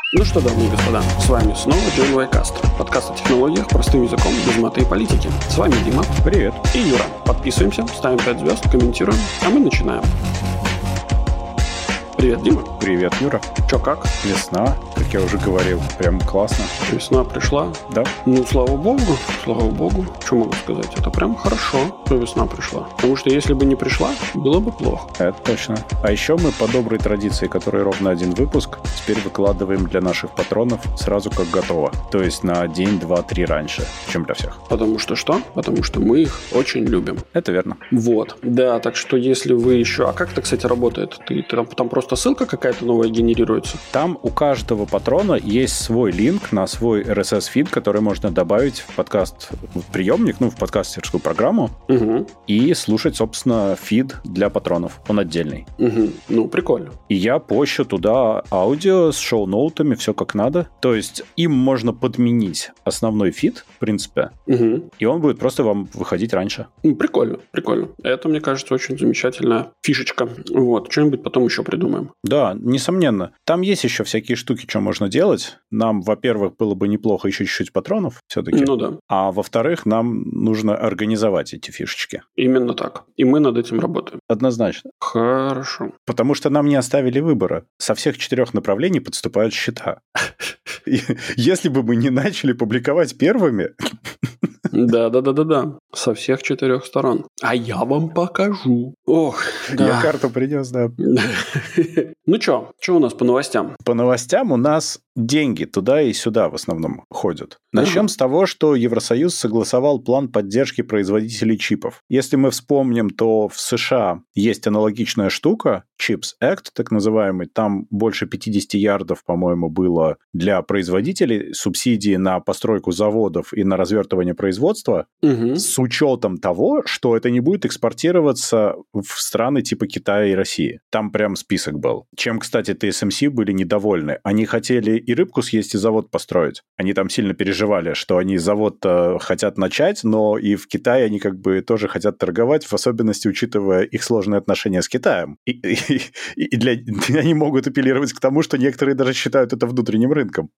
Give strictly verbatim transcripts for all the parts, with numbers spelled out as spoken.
Ну что, дамы и господа, с вами снова JohnYCast, подкаст о технологиях простым языком, без мата и политики. С вами Дима. Привет. И Юра. Подписываемся, ставим пять звезд, комментируем, а мы начинаем. Привет, Дима. Привет, Юра. Чё, как? Весна, как я уже говорил, прям классно. Весна пришла? Да. Ну, слава богу, слава богу. Что могу сказать? Это прям хорошо, что весна пришла. Потому что если бы не пришла, было бы плохо. Это точно. А еще мы по доброй традиции, которой ровно один выпуск, теперь выкладываем для наших патронов сразу как готово. То есть на день, два, три раньше, чем для всех. Потому что что? Потому что мы их очень любим. Это верно. Вот. Да, так что если вы еще... А как это, кстати, работает? Ты, ты там, там просто ссылка какая-то новая генерируется? Там у каждого патрона есть свой линк на свой эр эс эс-фид, который можно добавить в подкаст-приемник, ну, в подкастерскую программу, угу. и слушать, собственно, фид для патронов. Он отдельный. Угу. Ну, прикольно. И я пощу туда аудио с шоу-ноутами, все как надо. То есть им можно подменить основной фид, в принципе, угу. и он будет просто вам выходить раньше. Ну, прикольно, прикольно. Это, мне кажется, очень замечательная фишечка. Вот, что-нибудь потом еще придумаем. Да, несомненно. Там есть еще всякие штуки, что можно делать. Нам, во-первых, было бы неплохо еще чуть-чуть патронов все-таки. Ну да. А во-вторых, нам нужно организовать эти фишечки. Именно так. И мы над этим работаем. Однозначно. Хорошо. Потому что нам не оставили выбора. Со всех четырех направлений подступают счета. Если бы мы не начали публиковать первыми... Да-да-да-да-да. Со всех четырех сторон. А я вам покажу. Ох, да. Я карту принес, да. Ну что, что у нас по новостям? По новостям у нас деньги туда и сюда в основном ходят. Начнем Ага. с того, что Евросоюз согласовал план поддержки производителей чипов. Если мы вспомним, то в США есть аналогичная штука, Chips Act, так называемый. Там больше пятьдесят ярдов, по-моему, было для производителей, субсидии на постройку заводов и на развертывание производства, Угу. с учетом того, что это не будет экспортироваться в страны типа Китая и России. Там прям список был. Чем, кстати, ти эс эм си были недовольны. Они хотели и рыбку съесть, и завод построить. Они там сильно переживали, что они завод хотят начать, но и в Китае они как бы тоже хотят торговать, в особенности учитывая их сложные отношения с Китаем. И, и, и для, они могут апеллировать к тому, что некоторые даже считают это внутренним рынком.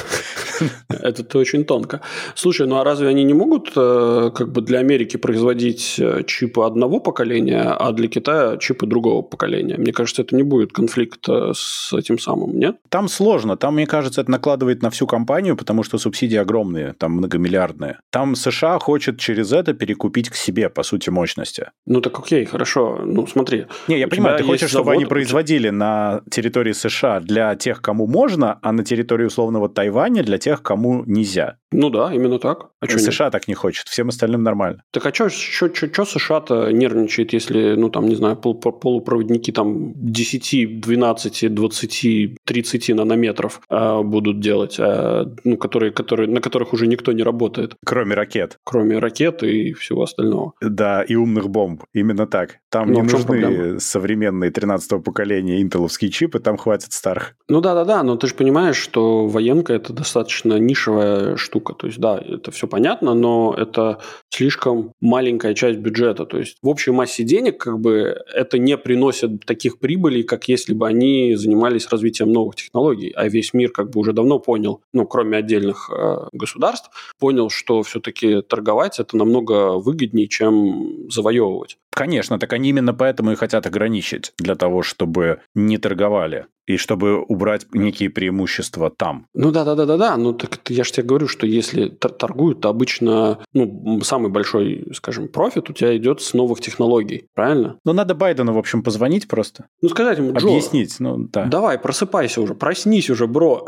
Это очень тонко. Слушай, ну а разве они не могут э, как бы для Америки производить чипы одного поколения, а для Китая чипы другого поколения? Мне кажется, это не будет конфликт с этим самым, нет? Там сложно. Там, мне кажется, это накладывает на всю компанию, потому что субсидии огромные, там многомиллиардные. Там США хочет через это перекупить к себе, по сути, мощности. Ну так окей, хорошо. Ну смотри. Не, я понимаю, ты хочешь, чтобы завод, они производили на территории США для тех, кому можно, а на территории условного Тайваня для тех, кому нельзя. Ну да, именно так. А чё США нет? так не хочет, всем остальным нормально. Так а что США-то нервничает, если, ну там, не знаю, пол, полупроводники там десять, двенадцать, двадцать, тридцать нанометров а, будут делать, а, ну, которые, которые, на которых уже никто не работает. Кроме ракет. Кроме ракет и всего остального. Да, и умных бомб. Именно так. Там Ну, не в чём нужны проблема? современные тринадцатого поколения интеловские чипы, там хватит старых. Ну да-да-да, но ты же понимаешь, что военка – это достаточно нишевая штука. То есть да, это все понятно, но это слишком маленькая часть бюджета. То есть в общей массе денег как бы это не приносит таких прибылей, как если бы они занимались развитием новых технологий. А весь мир как бы уже давно понял, ну кроме отдельных э, государств, понял, что все-таки торговать это намного выгоднее, чем завоевывать. Конечно, так они именно поэтому и хотят ограничить, для того, чтобы не торговали. И чтобы убрать некие преимущества там. Ну да, да, да, да, да. Ну так я же тебе говорю, что если торгуют, то обычно ну, самый большой, скажем, профит у тебя идет с новых технологий. Правильно? Ну, надо Байдену, в общем, позвонить просто. Ну, сказать ему, Джо, объяснить. Ну, да. Давай, просыпайся уже, проснись уже, бро.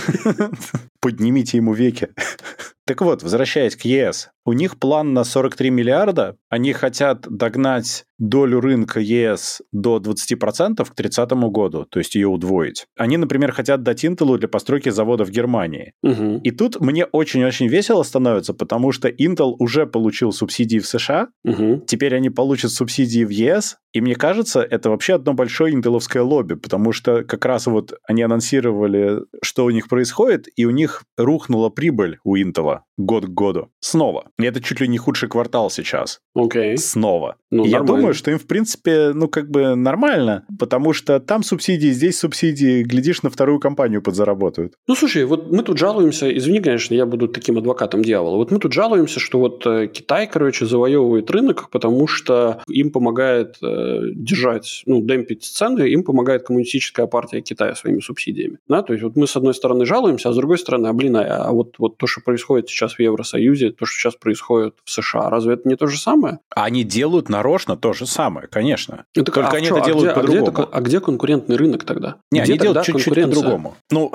Поднимите ему веки. Так вот, возвращаясь к ЕС, у них план на сорок три миллиарда. Они хотят догнать долю рынка ЕС до двадцать процентов к тридцатому году, то есть ее удвоить. Они, например, хотят дать Intel для постройки завода в Германии. Угу. И тут мне очень-очень весело становится, потому что Intel уже получил субсидии в США, угу. теперь они получат субсидии в ЕС, И мне кажется, это вообще одно большое интеловское лобби, потому что как раз вот они анонсировали, что у них происходит, и у них рухнула прибыль у Интела год к году. Снова. И это чуть ли не худший квартал сейчас. Окей. Снова. Ну, и я нормально. думаю, что им, в принципе, ну, как бы нормально, потому что там субсидии, здесь субсидии, глядишь, на вторую компанию подзаработают. Ну, слушай, вот мы тут жалуемся, извини, конечно, я буду таким адвокатом дьявола, вот мы тут жалуемся, что вот э, Китай, короче, завоевывает рынок, потому что им помогает э, держать, ну, демпить цены, им помогает коммунистическая партия Китая своими субсидиями. Да? То есть вот мы с одной стороны жалуемся, а с другой стороны, а блин, а вот, вот то, что происходит сейчас в Евросоюзе, то, что сейчас происходит в США, разве это не то же самое? Они делают нарочно то же самое, конечно. Ну, так, Только а они что, это а делают где, по-другому. А где, это, а где конкурентный рынок тогда? Не, где они тогда делают чуть-чуть по-другому. Ну,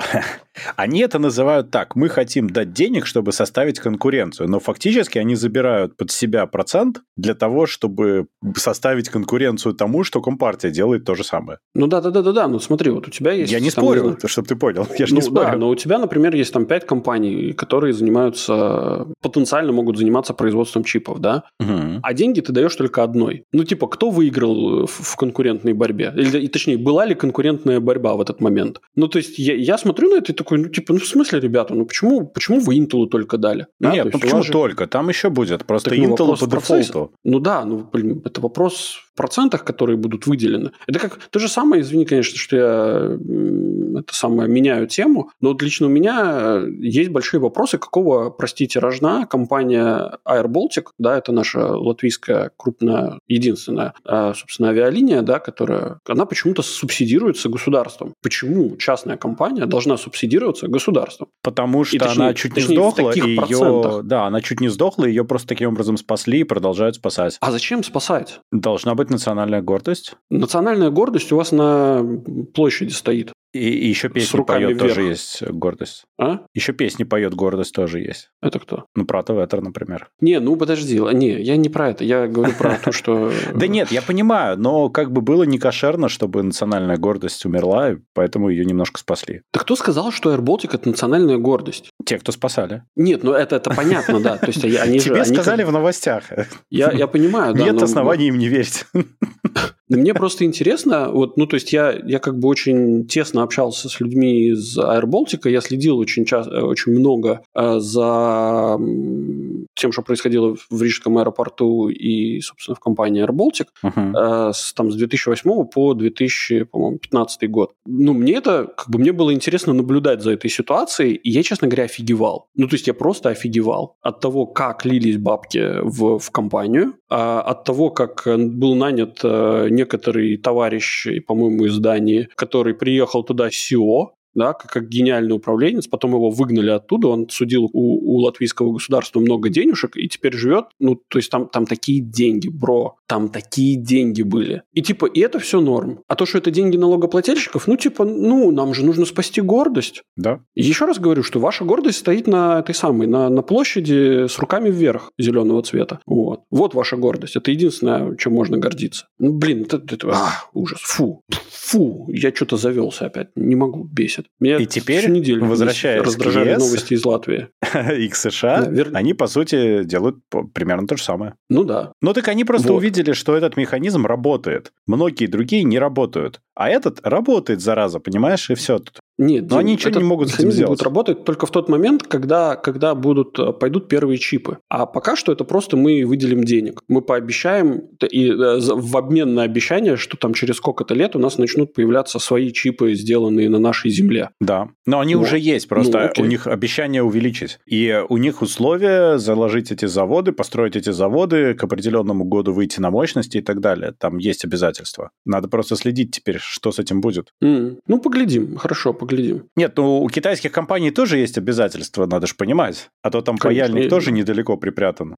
они это называют так. Мы хотим дать денег, чтобы составить конкуренцию. Но фактически они забирают под себя процент для того, чтобы составить конкуренцию тому, что Компартия делает то же самое. Ну да-да-да-да, ну смотри, вот у тебя есть... Я не там, спорю, не знаю, чтобы ты понял. Я же ну, не спорю. Да, но у тебя, например, есть там пять компаний, которые занимаются, потенциально могут заниматься производством чипов, да? Угу. А деньги ты даешь только одной. Ну, типа, кто выиграл в, в конкурентной борьбе? Или, точнее, была ли конкурентная борьба в этот момент? Ну, то есть, я, я смотрю на это и такой, ну, типа, ну, в смысле, ребята, ну, почему, почему вы Intel только дали? Да? Нет, То ну есть, почему же... только? Там еще будет. Просто так, ну, Intel по процесса. дефолту. Ну, да, ну, блин, это вопрос в процентах, которые будут выделены. Это как то же самое, извини, конечно, что я это самое меняю тему, но вот лично у меня есть большие вопросы, какого, простите, рожна компания Air Baltic, да, это наша латвийская крупная, единственная, собственно, авиалиния, да, которая, она почему-то субсидируется государством. Почему частная компания должна субсидироваться государством? Потому что и, точнее, она чуть точнее, не сдохла, и ее, да, она чуть не сдохла, и ее просто таким образом спасли и продолжают спасать. А зачем спасать? Должна быть национальная гордость. Национальная гордость у вас на площади стоит. И, и еще песни поет, вверх. Тоже есть гордость. А? Еще песни поет, гордость тоже есть. Это кто? Ну, Прато Ветер, например. Не, ну подожди, не, я не про это, я говорю про то, что... Да нет, я понимаю, но как бы было не кошерно, чтобы национальная гордость умерла, поэтому ее немножко спасли. Да кто сказал, что Air Baltic – это национальная гордость? Те, кто спасали. Нет, ну это, это понятно, да. То есть они Тебе же, сказали они... в новостях. Я, я понимаю, да. Нет но... оснований им не верить. Да мне просто интересно, вот, ну, то есть я, я как бы очень тесно общался с людьми из Air Baltic, я следил очень, часто, очень много э, за тем, что происходило в Рижском аэропорту и, собственно, в компании Air Baltic uh-huh. э, с, там, с две тысячи восьмого по две тысячи пятнадцатый год. Ну, мне это, как бы, мне было интересно наблюдать за этой ситуацией, и я, честно говоря, офигевал. Ну, то есть я просто офигевал от того, как лились бабки в, в компанию, а, от того, как был нанят э, некоторый товарищ, по-моему, из Дании, который приехал туда си и о, да, как, как гениальный управленец, потом его выгнали оттуда, он судил у, у латвийского государства много денежек и теперь живет, ну, то есть там, там такие деньги, бро, там такие деньги были. И типа, и это все норм. А то, что это деньги налогоплательщиков, ну, типа, ну, нам же нужно спасти гордость. Да. И еще раз говорю, что ваша гордость стоит на этой самой, на, на площади с руками вверх зеленого цвета. Вот. Вот ваша гордость. Это единственное, чем можно гордиться. Ну, блин, это, это а, ужас. Фу. Фу. Я что-то завелся опять. Не могу, бесит. Меня и теперь, всю неделю возвращаясь раздражали к ЕС, новости из Латвии. И к США, да, вер... они, по сути, делают примерно то же самое. Ну да. Ну так они просто вот. увидели, что этот механизм работает. Многие другие не работают. А этот работает, зараза, понимаешь, и все тут. Нет, но Дим, они ничего не могут с этим сделать. Будет работать только в тот момент, когда, когда будут, пойдут первые чипы. А пока что это просто мы выделим денег. Мы пообещаем, и в обмен на обещание, что там через сколько-то лет у нас начнут появляться свои чипы, сделанные на нашей земле. Да, но они вот. уже есть, просто ну, у них обещание увеличить. И у них условия заложить эти заводы, построить эти заводы, к определенному году выйти на мощности и так далее. Там есть обязательства. Надо просто следить теперь, что с этим будет. Mm. Ну, поглядим. Хорошо, поглядим. Нет, ну у китайских компаний тоже есть обязательства, надо же понимать. А то там Конечно, паяльник тоже недалеко припрятан.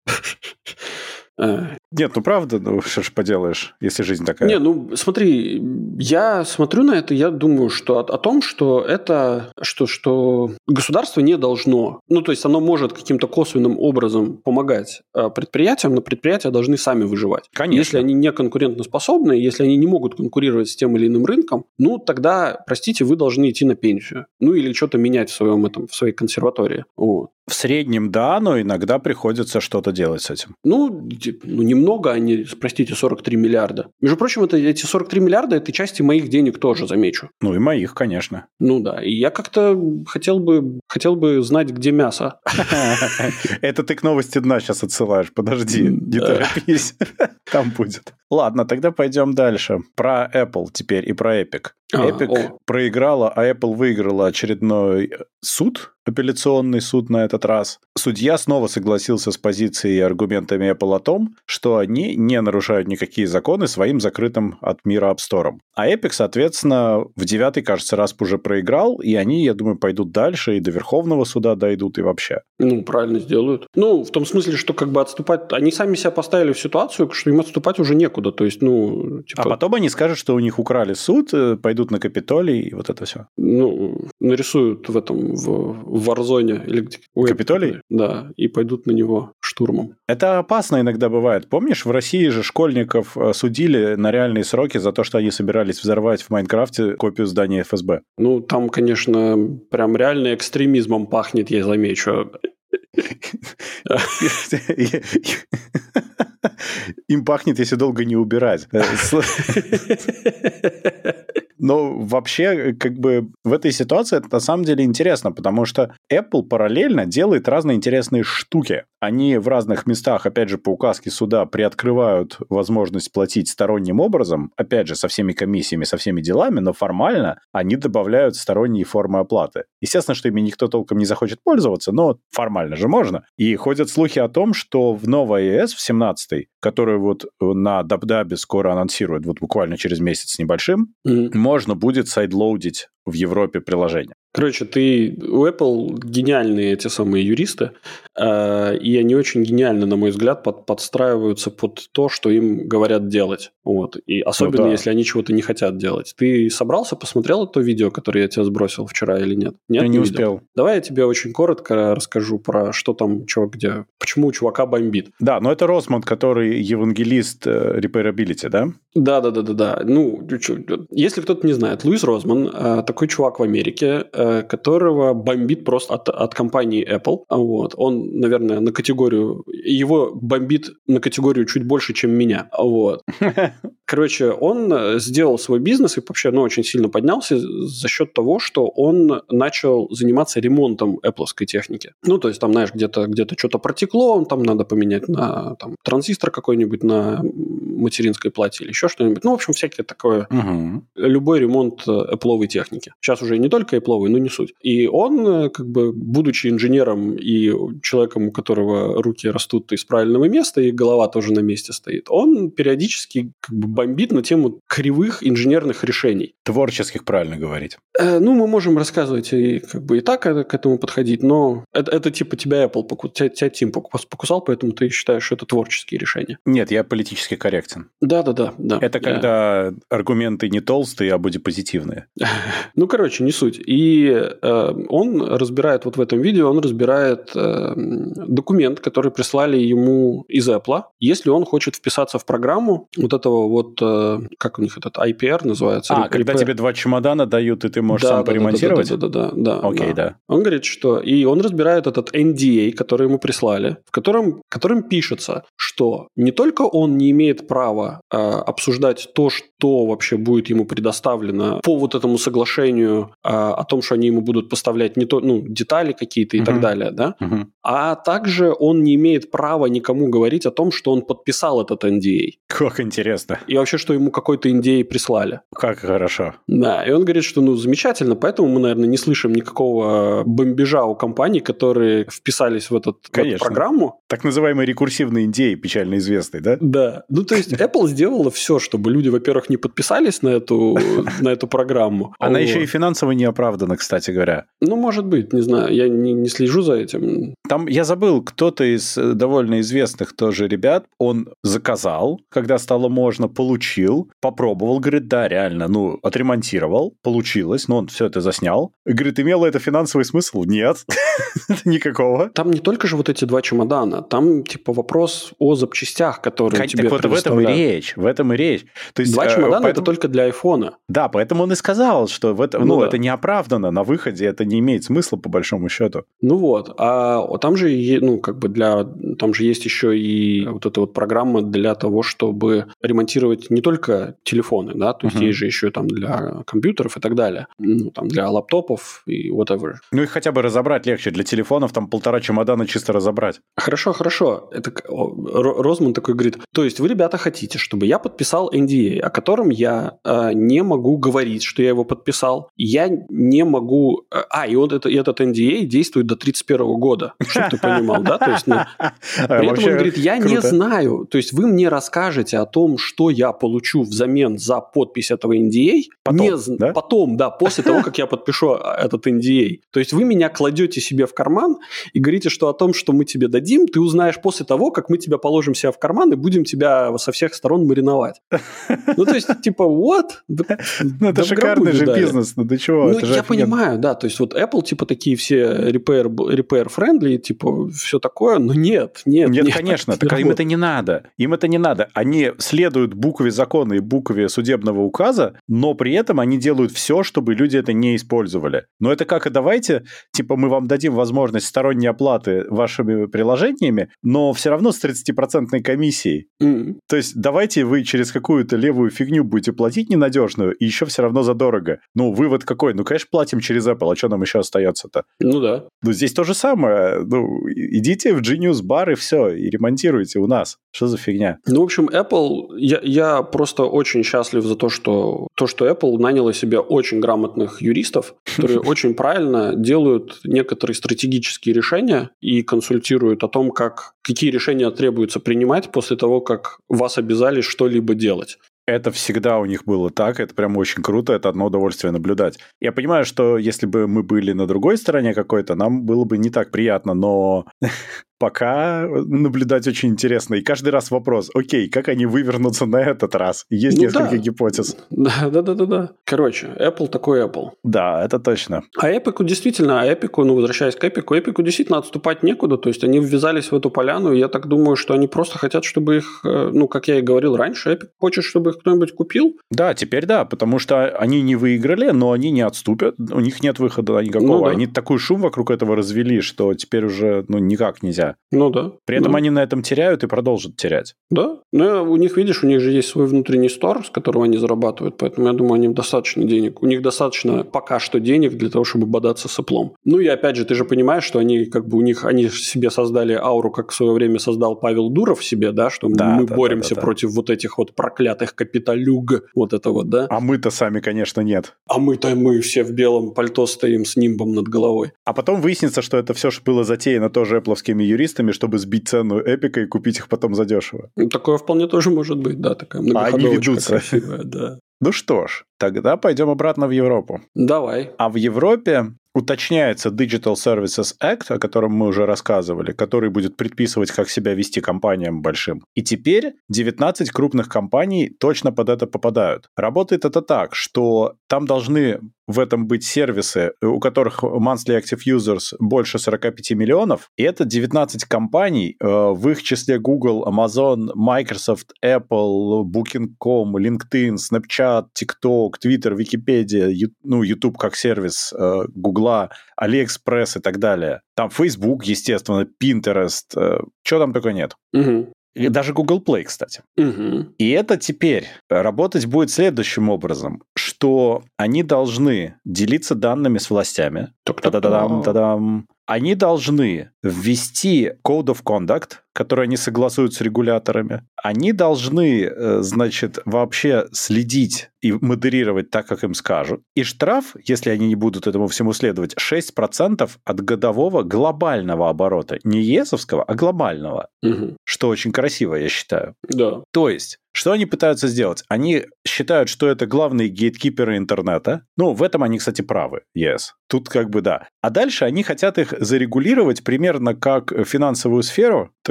Нет, ну правда, ну что ж поделаешь, если жизнь такая. Не, ну смотри, я смотрю на это, я думаю, что о, о том, что это, что, что государство не должно, ну то есть оно может каким-то косвенным образом помогать предприятиям, но предприятия должны сами выживать. Конечно. Если они не конкурентоспособны, если они не могут конкурировать с тем или иным рынком, ну тогда, простите, вы должны идти на пенсию, ну или что-то менять в своем этом, в своей консерватории. Вот. В среднем, да, но иногда приходится что-то делать с этим. Ну, ну немного, а не, простите, сорок три миллиарда. Между прочим, это, эти сорок три миллиарда – это части моих денег тоже, замечу. Ну, и моих, конечно. Ну да, и я как-то хотел бы, хотел бы знать, где мясо. Это ты к новости дна сейчас отсылаешь, подожди, не торопись, там будет. Ладно, тогда пойдем дальше. Про Apple теперь и про Epic. Epic проиграла, а Apple выиграла очередной суд, апелляционный суд на этот раз. Судья снова согласился с позицией и аргументами Apple о том, что они не нарушают никакие законы своим закрытым от мира App Store. А Epic, соответственно, в девятый, кажется, раз уже проиграл, и они, я думаю, пойдут дальше, и до Верховного суда дойдут, и вообще. Ну, правильно сделают. Ну, в том смысле, что как бы отступать... Они сами себя поставили в ситуацию, что им отступать уже некуда. То есть, ну... Типа... А потом они скажут, что у них украли суд, пойдут на Капитолий, и вот это все. Ну, нарисуют в этом, в, в Warzone. Или где... Капитолий? Да, и пойдут на него штурмом. Это опасно иногда бывает. Помнишь, в России же школьников судили на реальные сроки за то, что они собирались взорвать в Майнкрафте копию здания эф эс бэ? Ну, там, конечно, прям реально экстремизмом пахнет, я замечу. Им пахнет, если долго не убирать. Но вообще, как бы в этой ситуации это на самом деле интересно, потому что Apple параллельно делает разные интересные штуки. Они в разных местах, опять же, по указке суда приоткрывают возможность платить сторонним образом, опять же, со всеми комиссиями, со всеми делами, но формально они добавляют сторонние формы оплаты. Естественно, что ими никто толком не захочет пользоваться, но формально же можно. И ходят слухи о том, что в новой ай о эс, в семнадцатой, которую вот на DubDub скоро анонсируют, вот буквально через месяц с небольшим, mm-hmm. можно будет сайдлоудить в Европе приложение. Короче, ты у Apple гениальные эти самые юристы, э, и они очень гениально, на мой взгляд, под, подстраиваются под то, что им говорят делать. Вот. И особенно, ну, да. если они чего-то не хотят делать. Ты собрался, посмотрел это видео, которое я тебе сбросил вчера или нет? Нет, я не, не успел. Видел? Давай я тебе очень коротко расскажу про что там, чувак, где, почему у чувака бомбит. Да, но это Росмонд, который евангелист repairability, да? Да-да-да-да. Ну, если кто-то не знает, Луис Росман, такой чувак в Америке, которого бомбит просто от, от компании Apple. Вот. Он, наверное, на категорию... Его бомбит на категорию чуть больше, чем меня. Вот. Короче, он сделал свой бизнес и вообще ну, очень сильно поднялся за счет того, что он начал заниматься ремонтом Apple-овской техники. Ну, то есть, там, знаешь, где-то, где-то что-то протекло, там надо поменять на там, транзистор какой-нибудь на материнской плате или еще что-нибудь. Ну, в общем, всякое такое. Угу. Любой ремонт Apple-овой техники. Сейчас уже не только Apple-овой, но не суть. И он, как бы, будучи инженером и человеком, у которого руки растут из правильного места, и голова тоже на месте стоит, он периодически как бы бомбит на тему кривых инженерных решений. Творческих, правильно говорить. Э, ну, мы можем рассказывать и как бы и так к этому подходить, но это, это типа тебя Apple, тебя, тебя Тим покусал, поэтому ты считаешь, что это творческие решения. Нет, я политически корректен. Да-да-да. да. Это я... когда аргументы не толстые, а бодипозитивные. Ну, короче, не суть. И э, он разбирает вот в этом видео, он разбирает э, документ, который прислали ему из Apple, если он хочет вписаться в программу вот этого вот, э, как у них этот ай пи ар называется? А, когда тебе два чемодана дают, и ты можешь да, сам да, поремонтировать? Да-да-да. да, да, Окей, да. да. Он говорит, что... И он разбирает этот эн ди эй, который ему прислали, в котором, которым пишется, что не только он не имеет права э, обсуждать то, что вообще будет ему предоставлено по вот этому соглашению э, о том, что они ему будут поставлять не то, ну, детали какие-то и uh-huh. так далее, да, uh-huh. а также он не имеет права никому говорить о том, что он подписал этот эн ди эй. Как интересно. И вообще, что ему какой-то эн ди эй прислали. Как хорошо. Да, и он говорит, что, ну, замечательно, поэтому мы, наверное, не слышим никакого бомбежа у компаний, которые вписались в, этот, в эту программу. Так называемый рекурсивный эн ди эй, печально известный, да? Да. Ну, то есть, Apple сделала все, чтобы люди, во-первых, не подписались на эту, на эту программу. Она еще и финансово не оправдана, кстати говоря. Ну, может быть, не знаю, я не, не слежу за этим. Там, я забыл, кто-то из довольно известных тоже ребят, он заказал, когда стало можно, получил, попробовал, говорит, да, реально, ну, отремонтировал, получилось, но он все это заснял. И, говорит, имело это финансовый смысл? Нет, никакого. Там не только же вот эти два чемодана, чемодана, там типа вопрос о запчастях, которые Хоть, тебе так вот в этом и речь, в этом и речь. То есть, Два чемодана поэтому... это только для айфона. Да, поэтому он и сказал, что в это, ну, ну, ну да. это не оправдано, на выходе это не имеет смысла по большому счету. Ну вот, а там же, ну, как бы для, там же есть еще и вот эта вот программа для того, чтобы ремонтировать не только телефоны, да, то есть uh-huh. есть же еще там для компьютеров и так далее, ну, там для лаптопов и whatever. Ну, их хотя бы разобрать легче, для телефонов там полтора чемодана чисто разобрать. Хорошо, хорошо. Это Розман такой говорит, то есть вы, ребята, хотите, чтобы я подписал эн ди эй, о котором я э, не могу говорить, что я его подписал, я не могу... А, и вот это, и этот эн ди эй действует до тридцать первого года, чтобы ты понимал, да? То есть, ну, при этом он говорит, я не знаю, то есть вы мне расскажете о том, что я получу взамен за подпись этого эн ди эй, потом, не, да? потом, да, после того, как я подпишу этот эн ди эй. То есть вы меня кладете себе в карман и говорите, что о том, что мы тебе дадим, ты узнаешь после того, как мы тебя положим себе в карман и будем тебя со всех сторон мариновать. Ну, то есть, типа, what? Ну, это шикарный же бизнес, ну, ты чего? Ну, я понимаю, да, то есть, вот Apple, типа, такие все repair-friendly, типа, все такое, но нет, нет. Нет, конечно, так им это не надо. Им это не надо. Они следуют букве закона и букве судебного указа, но при этом они делают все, чтобы люди это не использовали. Но это как и давайте, типа, мы вам дадим возможность сторонней оплаты вашими приложениями, но все равно с тридцатипроцентной комиссией. Mm. То есть давайте вы через какую-то левую фигню будете платить ненадежную, и еще все равно задорого. Ну, вывод какой? Ну, конечно, платим через Apple, а что нам еще остается-то? Ну да. Ну, здесь то же самое. Ну, идите в Genius Bar и все, и ремонтируйте у нас. Что за фигня? Ну, в общем, Apple... Я, я просто очень счастлив за то, что, то, что Apple наняла себе очень грамотных юристов, которые очень правильно делают некоторые стратегические решения и консультируют о том, как, какие решения требуется принимать после того, как вас обязали что-либо делать. Это всегда у них было так, это прям очень круто, это одно удовольствие наблюдать. Я понимаю, что если бы мы были на другой стороне какой-то, нам было бы не так приятно, но пока наблюдать очень интересно. И каждый раз вопрос, окей, как они вывернутся на этот раз? Есть ну, несколько да. гипотез. Да-да-да-да. Короче, Apple такой Apple. Да, это точно. А Epic действительно, а Epic, ну, возвращаясь к Epic, Epic действительно отступать некуда, то есть они ввязались в эту поляну, и я так думаю, что они просто хотят, чтобы их, ну, как я и говорил раньше, Epic хочет, чтобы их кто-нибудь купил. Да, теперь да, потому что они не выиграли, но они не отступят, у них нет выхода никакого. Ну, да. Они такой шум вокруг этого развели, что теперь уже, ну, никак нельзя. Ну да. При этом да. они на этом теряют и продолжат терять. Да. Ну, у них, видишь, у них же есть свой внутренний стор, с которого они зарабатывают, поэтому я думаю, у них достаточно денег. У них достаточно пока что денег для того, чтобы бодаться с Apple. Ну и опять же, ты же понимаешь, что они как бы у них, они себе создали ауру, как в свое время создал Павел Дуров себе, да, что да, мы да, боремся да, да, против да. вот этих вот проклятых капиталюг, вот это вот, да. А мы-то сами, конечно, нет. А мы-то мы все в белом пальто стоим с нимбом над головой. А потом выяснится, что это все было затеяно тоже эппловскими юристами, чтобы сбить цену Эпика и купить их потом задешево. Ну, такое вполне тоже может быть, да, такая многоходовочка красивая, да. Ну что ж, тогда пойдем обратно в Европу. Давай. А в Европе уточняется Digital Services Act, о котором мы уже рассказывали, который будет предписывать, как себя вести компаниям большим. И теперь девятнадцать крупных компаний точно под это попадают. Работает это так, что там должны в этом быть сервисы, у которых monthly active users больше сорок пять миллионов, и это девятнадцать компаний, в их числе Google, Amazon, Microsoft, Apple, Booking точка ком, LinkedIn, Snapchat, TikTok, Twitter, Википедия, ну, YouTube как сервис, Google, AliExpress и так далее. Там Facebook, естественно, Pinterest, чего там только нет. Угу. И даже Google Play, кстати. Угу. И это теперь работать будет следующим образом, что они должны делиться данными с властями. Та-да-дам, та-дам. Они должны ввести Code of Conduct, который они согласуют с регуляторами. Они должны, значит, вообще следить и модерировать так, как им скажут. И штраф, если они не будут этому всему следовать, шесть процентов от годового глобального оборота. Не ЕСовского, а глобального. Угу. Что очень красиво, я считаю. Да. То есть, что они пытаются сделать? Они считают, что это главные гейткиперы интернета. Ну, в этом они, кстати, правы. Yes. Тут как бы да. А дальше они хотят их зарегулировать примерно как финансовую сферу. То есть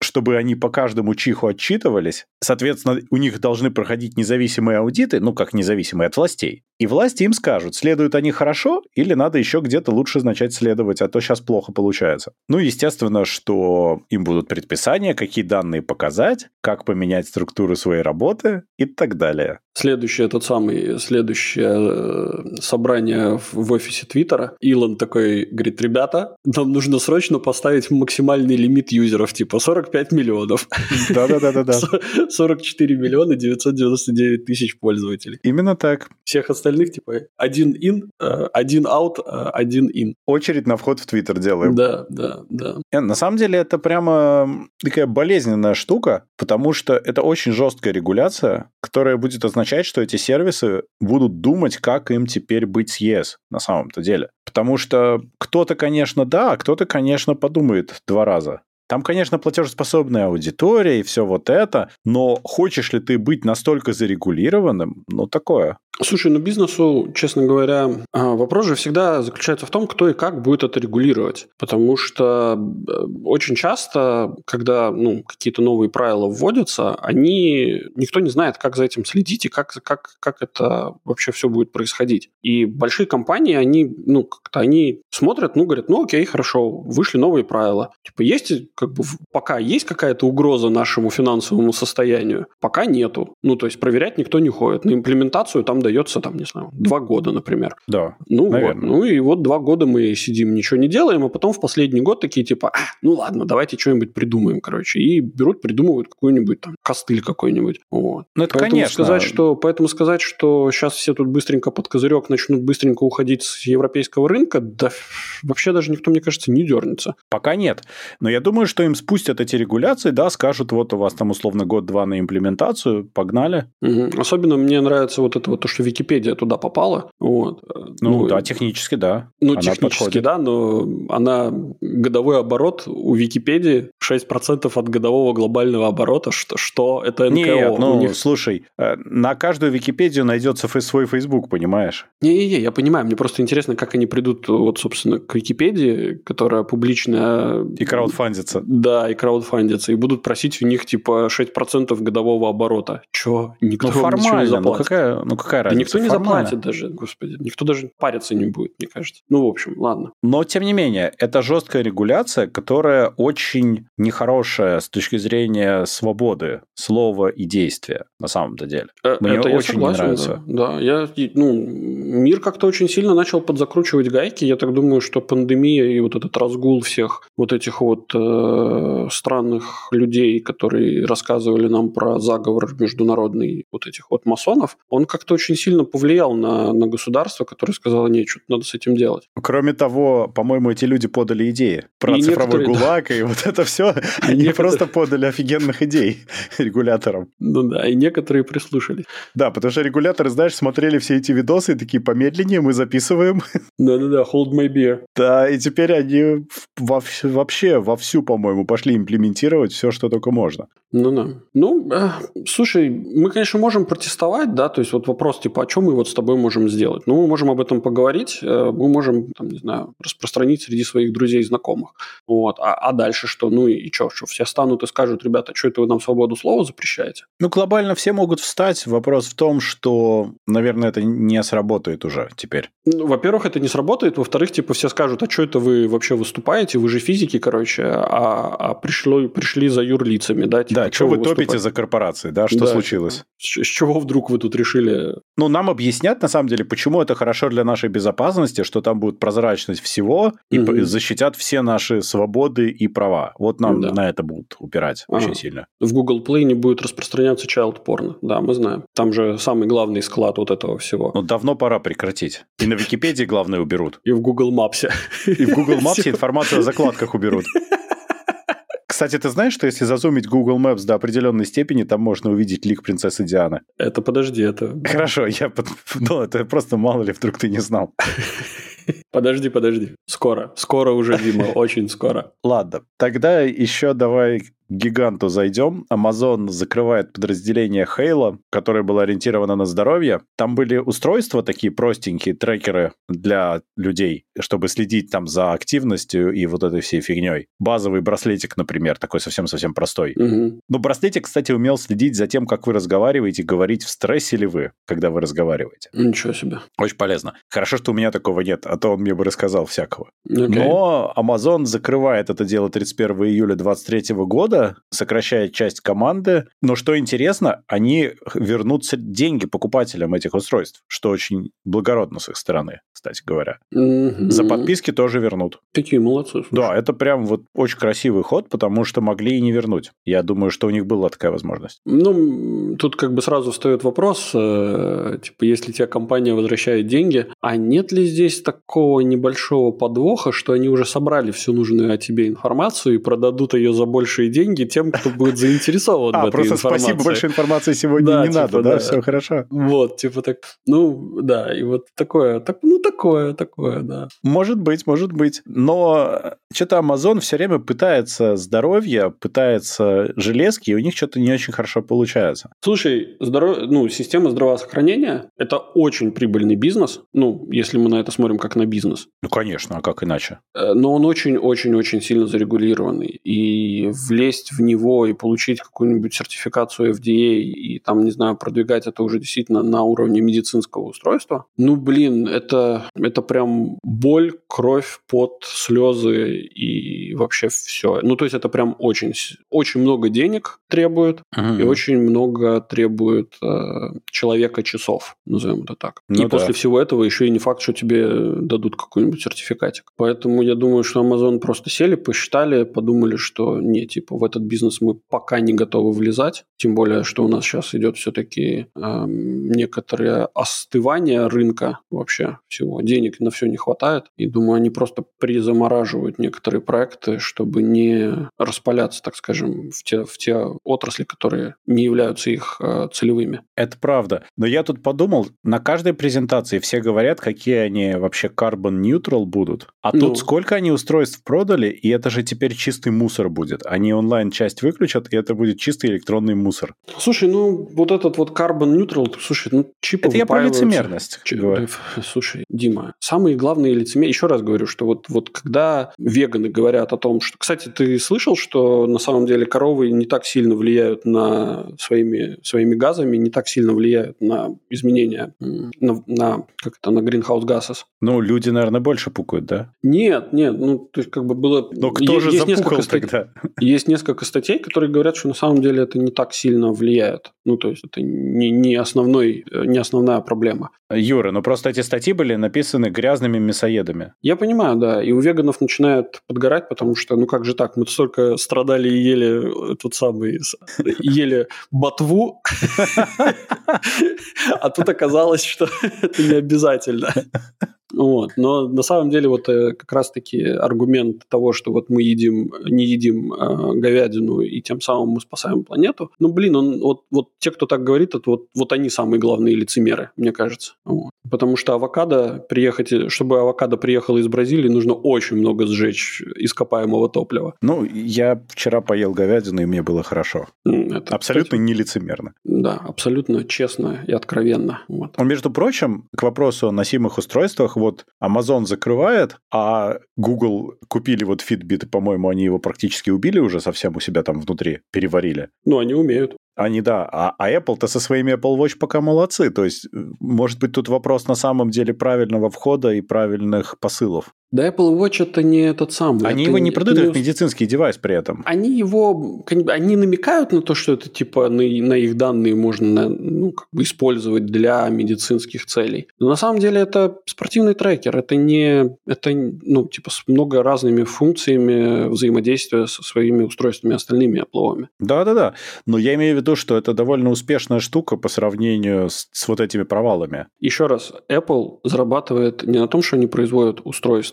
чтобы они по каждому чиху отчитывались. Соответственно, у них должны проходить независимые аудиты, ну, как независимые от властей. И власти им скажут, следуют они хорошо или надо еще где-то лучше начать следовать, а то сейчас плохо получается. Ну, естественно, что им будут предписания, какие данные показать, как поменять структуру своей работы и так далее. Следующее, тот самый, следующее собрание в офисе Твиттера. Илон такой говорит, ребята, нам нужно срочно поставить максимальный лимит юзеров, типа сорок пять миллионов. Да-да-да-да. сорок четыре миллиона девятьсот девяносто девять тысяч пользователей. Именно так. Всех остальных, типа, один in, один out, один in. Очередь на вход в Твиттер делаем. Да, да, да. На самом деле это прямо такая болезненная штука, потому что это очень жесткая регуляция, которая будет означать, что эти сервисы будут думать, как им теперь быть с ЕС на самом-то деле. Потому что кто-то, конечно, да, а кто-то, конечно, подумает два раза. Там, конечно, платежеспособная аудитория и все вот это, но хочешь ли ты быть настолько зарегулированным? Ну, такое. Слушай, ну бизнесу, честно говоря, вопрос же всегда заключается в том, кто и как будет это регулировать. Потому что очень часто, когда ну, какие-то новые правила вводятся, они никто не знает, как за этим следить и как, как, как это вообще все будет происходить. И большие компании, они, ну, как-то они смотрят, ну, говорят, ну, окей, хорошо, вышли новые правила. Типа, есть, как бы, пока есть какая-то угроза нашему финансовому состоянию, пока нету. Ну, то есть проверять никто не ходит. На имплементацию там дается, там, не знаю, два года, например. Да, ну, наверное. Вот, ну, и вот два года мы сидим, ничего не делаем, а потом в последний год такие, типа, а, ну, ладно, давайте что-нибудь придумаем, короче. И берут, придумывают какой-нибудь там костыль какой-нибудь. Вот. Ну, это, поэтому конечно. Сказать, что, поэтому сказать, что сейчас все тут быстренько под козырек начнут быстренько уходить с европейского рынка, да вообще даже никто, мне кажется, не дернется. Пока нет. Но я думаю, что им спустят эти регуляции, да, скажут, вот у вас там условно год-два на имплементацию, погнали. Угу. Особенно мне нравится вот это вот, то, что Википедия туда попала. Вот. Ну, ну да, технически, да. Ну, она технически, подходит. да, но она годовой оборот у Википедии шесть процентов от годового глобального оборота, что, что это эн ка о. Нет, ну, у них... слушай, на каждую Википедию найдется свой Facebook, понимаешь? Не-не-не, я понимаю, мне просто интересно, как они придут, вот, собственно, к Википедии, которая публичная... И краудфандится. Да, и краудфандится, и будут просить у них, типа, шесть процентов годового оборота. Чё? Никто ну, формально, ничего не заплатит. Ну, какая, ну, какая разница? Да никто не формально. заплатит даже, господи. Никто даже париться не будет, мне кажется. Ну, в общем, ладно. Но, тем не менее, это жесткая регуляция, которая очень нехорошая с точки зрения свободы слова и действия, на самом-то деле. Мне это очень я согласен, не нравится. Да, да. Я, ну, мир как-то очень сильно начал подзакручивать гайки. Я так думаю, что пандемия и вот этот разгул всех вот этих вот э, странных людей, которые рассказывали нам про заговор международный вот этих вот масонов, он как-то очень сильно повлиял на, на государство, которое сказало, нет, что-то надо с этим делать. Кроме того, по-моему, эти люди подали идеи про и цифровой ГУЛАГ да. и вот это все. Они некоторые... просто подали офигенных идей регуляторам. Ну да, и некоторые прислушались. Да, потому что регуляторы, знаешь, смотрели все эти видосы и такие, помедленнее мы записываем. Да-да-да, hold my beer. Да, и теперь они вовсю, вообще вовсю, по-моему, пошли имплементировать все, что только можно. Ну да. Ну, э, слушай, мы, конечно, можем протестовать, да, то есть вот вопрос, типа, а что мы вот с тобой можем сделать? Ну, мы можем об этом поговорить, э, мы можем, там, не знаю, распространить среди своих друзей и знакомых. Вот. А, а дальше что? Ну и, и что? Что все станут и скажут, ребята, что это вы нам свободу слова запрещаете? Ну, глобально все могут встать. Вопрос в том, что, наверное, это не сработает уже теперь. Ну, во-первых, это не сработает. Во-вторых, типа, все скажут, а что это вы вообще выступаете? Вы же физики, короче, а, а пришло, пришли за юрлицами, да? Типа, да, что вы выступать? Топите за корпорации, да? Что да, случилось? С, с чего вдруг вы тут решили? Ну, нам объяснят, на самом деле, почему это хорошо для нашей безопасности, что там будет прозрачность всего, и угу. защитят все наши свободы и права. Вот нам да. на это будут упирать ага. очень сильно. В Google Play не будет распространяться child porn. Да, мы знаем. Там же самый главный склад вот этого всего. Ну, давно пора прекратить. И на Википедии, главное, уберут. И в Google Maps. И в Google Maps информацию о закладках уберут. Кстати, ты знаешь, что если зазумить Google Maps до определенной степени, там можно увидеть лик принцессы Дианы? Это подожди, это... Хорошо, я... Ну, это просто мало ли, вдруг ты не знал. Подожди, подожди. Скоро. Скоро уже, Дима, очень скоро. Ладно, тогда еще давай к гиганту зайдем. Amazon закрывает подразделение Halo, которое было ориентировано на здоровье. Там были устройства такие простенькие, трекеры для людей, чтобы следить там за активностью и вот этой всей фигней. Базовый браслетик, например, такой совсем-совсем простой. Угу. Но браслетик, кстати, умел следить за тем, как вы разговариваете, говорить, в стрессе ли вы, когда вы разговариваете. Ничего себе. Очень полезно. Хорошо, что у меня такого нет, а то он мне бы рассказал всякого. Okay. Но Amazon закрывает это дело тридцать первого июля двадцать третьего года, сокращает часть команды. Но что интересно, они вернут деньги покупателям этих устройств, что очень благородно с их стороны, кстати говоря. Mm-hmm. За подписки тоже вернут. Такие молодцы. Слушай. Да, это прям вот очень красивый ход, потому что могли и не вернуть. Я думаю, что у них была такая возможность. Ну, тут как бы сразу встает вопрос, э, типа, если тебе компания возвращает деньги, а нет ли здесь такого небольшого подвоха, что они уже собрали всю нужную о тебе информацию и продадут ее за большие деньги тем, кто будет заинтересован в этой информации. А, просто спасибо, больше информации сегодня не надо, да, все хорошо. Вот, типа так, ну, да, и вот такое, так, ну, такое, такое, да. Может быть, может быть, но что-то Amazon все время пытается здоровье, пытается железки, и у них что-то не очень хорошо получается. Слушай, здоров... ну, система здравоохранения – это очень прибыльный бизнес, ну, если мы на это смотрим как на бизнес. Ну, конечно, а как иначе? Но он очень-очень-очень сильно зарегулированный, и влезть в него и получить какую-нибудь сертификацию эф ди эй и там, не знаю, продвигать это уже действительно на уровне медицинского устройства, ну, блин, это, это прям боль, кровь, пот, слезы и вообще все. Ну, то есть это прям очень, очень много денег требует mm-hmm. и очень много требует э, человека часов, назовем это так. Ну, и да. После всего этого еще и не факт, что тебе дадут какой-нибудь сертификатик. Поэтому я думаю, что Amazon просто сели, посчитали, подумали, что не, типа, в этот бизнес мы пока не готовы влезать, тем более, что у нас сейчас идет все-таки э, некоторое остывание рынка вообще всего. Денег на все не хватает. И думаю, они просто призамораживают некоторые проекты, чтобы не распаляться, так скажем, в те, в те отрасли, которые не являются их э, целевыми. Это правда. Но я тут подумал, на каждой презентации все говорят, какие они вообще carbon neutral будут. А ну. тут сколько они устройств продали, и это же теперь чистый мусор будет. Они онлайн-часть выключат, и это будет чистый электронный мусор. Слушай, ну вот этот вот carbon neutral, слушай, ну чипы это я про лицемерность Ч... говорю. Слушай, Дима, самые главные лицемерие, еще раз говорю, что вот, вот когда веганы говорят о том, что... Кстати, ты слышал, что на самом деле коровы не так сильно влияют на своими, своими газами, не так сильно влияют на изменения, на, на, как это, на greenhouse gases? Ну, люди, наверное, больше пукают, да? Нет, нет, ну, то есть как бы было... Но кто есть, же запукал стат... тогда? Есть несколько статей, которые говорят, что на самом деле это не так сильно влияет. Ну, то есть это не, не, основной, не основная проблема. Юра, ну просто эти статьи были написаны грязными мясоедами. Я понимаю, да. И у веганов начинают подгорать, потому что, ну как же так, мы столько страдали и ели тот самый, ели ботву, а тут оказалось, что это не обязательно. Вот. Но на самом деле вот как раз-таки аргумент того, что вот мы едим, не едим э, говядину и тем самым мы спасаем планету, ну блин, он, вот, вот те, кто так говорит, это вот, вот они самые главные лицемеры, мне кажется. Вот. Потому что авокадо, приехать, чтобы авокадо приехало из Бразилии, нужно очень много сжечь ископаемого топлива. Ну, я вчера поел говядину, и мне было хорошо. Это, абсолютно кстати, не лицемерно. Да, абсолютно честно и откровенно. Вот. Между прочим, к вопросу о носимых устройствах, вот Amazon закрывает, а Google купили вот Fitbit, и, по-моему, они его практически убили уже совсем у себя там внутри, переварили. Ну, они умеют. Они, да. А, а Apple-то со своими Apple Watch пока молодцы. То есть, может быть, тут вопрос на самом деле правильного входа и правильных посылов. Да, Apple Watch это не тот самый. Они это, его не продают не... как медицинский девайс при этом. Они его... Они намекают на то, что это типа на, на их данные можно ну, как бы использовать для медицинских целей. Но на самом деле это спортивный трекер. Это не... Это, ну, типа с много разными функциями взаимодействия со своими устройствами остальными Apple-овыми. Да-да-да. Но я имею в виду, что это довольно успешная штука по сравнению с, с вот этими провалами. Еще раз. Apple зарабатывает не на том, что они производят устройства,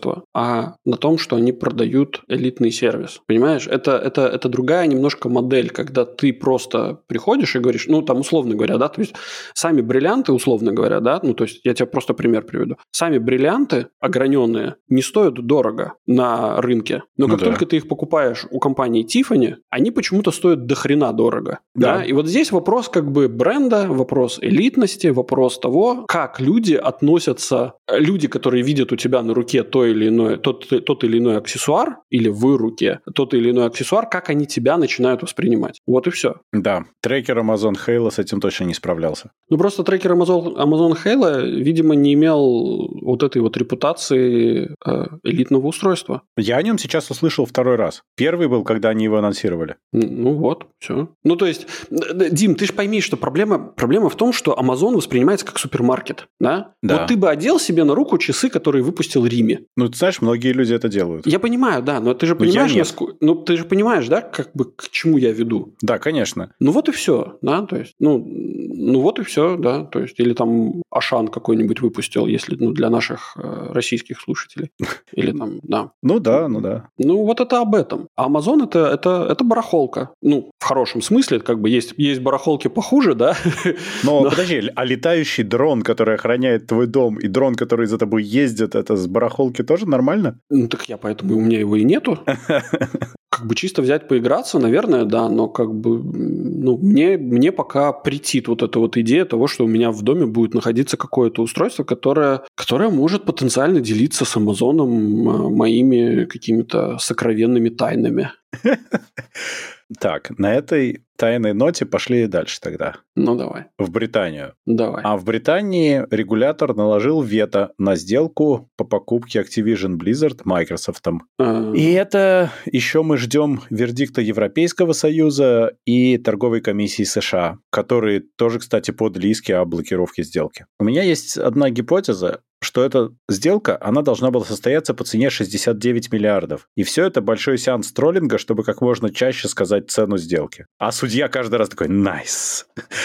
устройство, а на том, что они продают элитный сервис. Понимаешь? Это, это, это другая немножко модель, когда ты просто приходишь и говоришь, ну, там, условно говоря, да, то есть сами бриллианты, условно говоря, да, ну, то есть я тебе просто пример приведу. Сами бриллианты ограненные не стоят дорого на рынке, но как ну, только да. ты их покупаешь у компании Tiffany, они почему-то стоят до хрена дорого. Да. Да? И вот здесь вопрос как бы бренда, вопрос элитности, вопрос того, как люди относятся, люди, которые видят у тебя на руке то или иное, тот, тот или иной аксессуар, или в руке тот или иной аксессуар, как они тебя начинают воспринимать. Вот и все. Да, трекер Amazon Halo с этим точно не справлялся. Ну, просто трекер Amazon, Amazon Halo, видимо, не имел вот этой вот репутации э, элитного устройства. Я о нем сейчас услышал второй раз. Первый был, когда они его анонсировали. Ну вот, все. Ну, то есть, Дим, ты же пойми, что проблема, проблема в том, что Amazon воспринимается как супермаркет, да? Да. Вот ты бы одел себе на руку часы, которые выпустил Rimi. Ну, ты знаешь, многие люди это делают. Я понимаю, да, но ты же понимаешь, насколько... Ну, ты же понимаешь, да, как бы к чему я веду? Да, конечно. Ну, вот и все, да, то есть, ну, ну вот и все, да, то есть, или там Ашан какой-нибудь выпустил, если, ну, для наших э, российских слушателей. Или там, да. Ну, да, ну, да. Ну, вот это об этом. А Amazon это, это, это барахолка. Ну, в хорошем смысле, как бы есть, есть барахолки похуже, да. Но, Но подожди, а летающий дрон, который охраняет твой дом, и дрон, который за тобой ездит, это с барахолки тоже нормально? Ну, так я поэтому у меня его и нету. Как бы чисто взять поиграться, наверное, да, но как бы, ну, мне, мне пока претит вот эта вот идея того, что у меня в доме будет находиться какое-то устройство, которое, которое может потенциально делиться с Амазоном моими какими-то сокровенными тайнами. Так, на этой тайной ноте пошли дальше тогда. Ну, давай. В Британию. Давай. А в Британии регулятор наложил вето на сделку по покупке Activision Blizzard Microsoft. А... И это еще мы ждем вердикта Европейского Союза и торговой комиссии США, которые тоже, кстати, подали иски о блокировке сделки. У меня есть одна гипотеза, что эта сделка, она должна была состояться по цене шестьдесят девять миллиардов. И все это большой сеанс троллинга, чтобы как можно чаще сказать цену сделки. А судья каждый раз такой «найс».